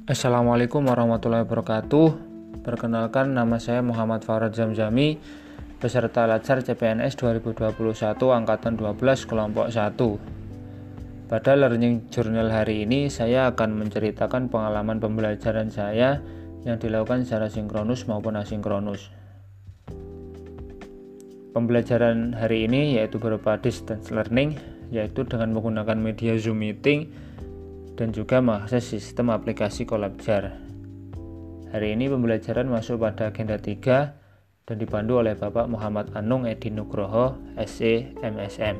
Assalamualaikum warahmatullahi wabarakatuh. Perkenalkan, nama saya Muhammad Farad Zamzami, peserta Latsar CPNS 2021 Angkatan 12 Kelompok 1. Pada Learning Journal hari ini, saya akan menceritakan pengalaman pembelajaran saya yang dilakukan secara sinkronus maupun asinkronus. Pembelajaran hari ini yaitu berupa distance learning, yaitu dengan menggunakan media Zoom Meeting dan juga mengakses sistem aplikasi Collabjar. Hari ini pembelajaran masuk pada agenda 3 dan dipandu oleh Bapak Muhammad Anung Edi Nugroho, SE, MSM.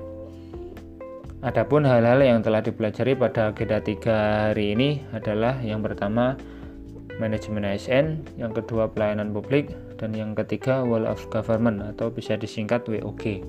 Adapun hal-hal yang telah dipelajari pada agenda 3 hari ini adalah yang pertama manajemen ASN, yang kedua pelayanan publik, dan yang ketiga Whole of Government atau bisa disingkat WOG.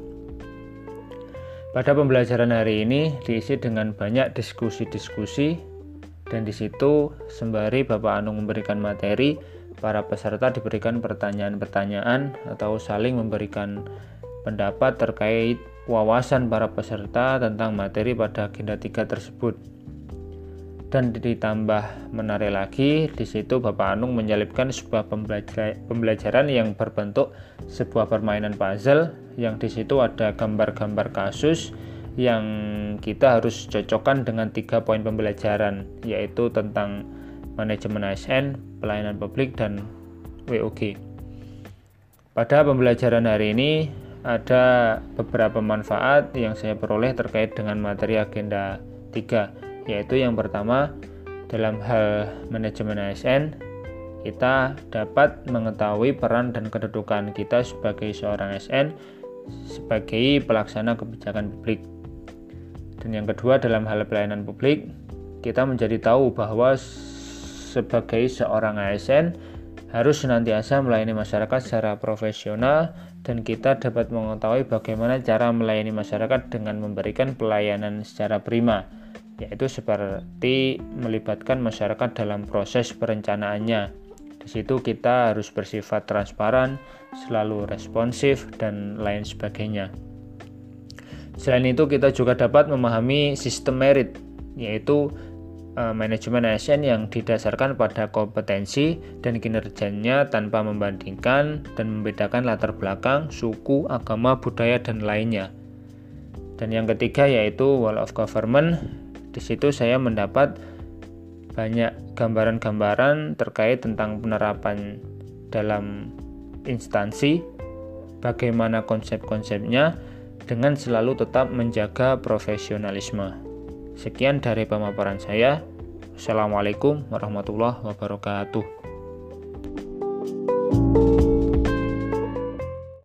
Pada pembelajaran hari ini diisi dengan banyak diskusi-diskusi, dan di situ sembari Bapak Anung memberikan materi, para peserta diberikan pertanyaan-pertanyaan atau saling memberikan pendapat terkait wawasan para peserta tentang materi pada agenda 3 tersebut. Dan ditambah menarik lagi, di situ Bapak Anung menyelipkan sebuah pembelajaran yang berbentuk sebuah permainan puzzle, yang di situ ada gambar-gambar kasus yang kita harus cocokkan dengan 3 poin pembelajaran, yaitu tentang manajemen ASN, pelayanan publik, dan WOG. Pada pembelajaran hari ini ada beberapa manfaat yang saya peroleh terkait dengan materi agenda 3, yaitu yang pertama, dalam hal manajemen ASN, kita dapat mengetahui peran dan kedudukan kita sebagai seorang ASN sebagai pelaksana kebijakan publik. Dan yang kedua, dalam hal pelayanan publik, kita menjadi tahu bahwa sebagai seorang ASN harus senantiasa melayani masyarakat secara profesional, dan kita dapat mengetahui bagaimana cara melayani masyarakat dengan memberikan pelayanan secara prima, yaitu seperti melibatkan masyarakat dalam proses perencanaannya. Di situ kita harus bersifat transparan, selalu responsif, dan lain sebagainya. Selain itu, kita juga dapat memahami sistem merit, yaitu manajemen ASN yang didasarkan pada kompetensi dan kinerjanya tanpa membandingkan dan membedakan latar belakang, suku, agama, budaya, dan lainnya. Dan yang ketiga yaitu Whole of Government. Di situ saya mendapat banyak gambaran-gambaran terkait tentang penerapan dalam instansi, bagaimana konsep-konsepnya, dengan selalu tetap menjaga profesionalisme. Sekian dari pemaparan saya. Assalamualaikum warahmatullahi wabarakatuh.